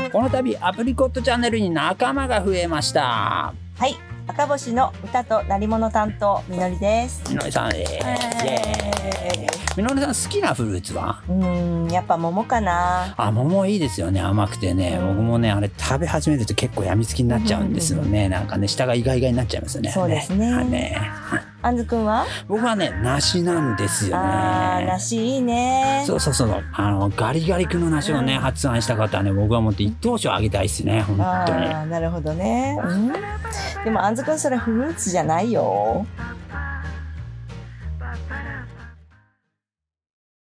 この度アプリコットチャンネルに仲間が増えました。 はい、赤星の歌と鳴り物担当みのりです。 みのりさん、みのりさん好きなフルーツは？ やっぱ桃かな。 あ、桃いいですよね、甘くてね。僕もね、あれ食べ始めると結構やみつきになっちゃうんですよね。なんかね、舌がイガイガになっちゃいますよね。 そうですね。あんずくんは？ 僕はね、梨なんですよね。 梨いいね。 そうそうそう。ガリガリ君の梨をね、発案した方はね、僕はもっと一等賞あげたいですね、本当に。 なるほどね。でもあんずくんそれフルーツじゃないよ。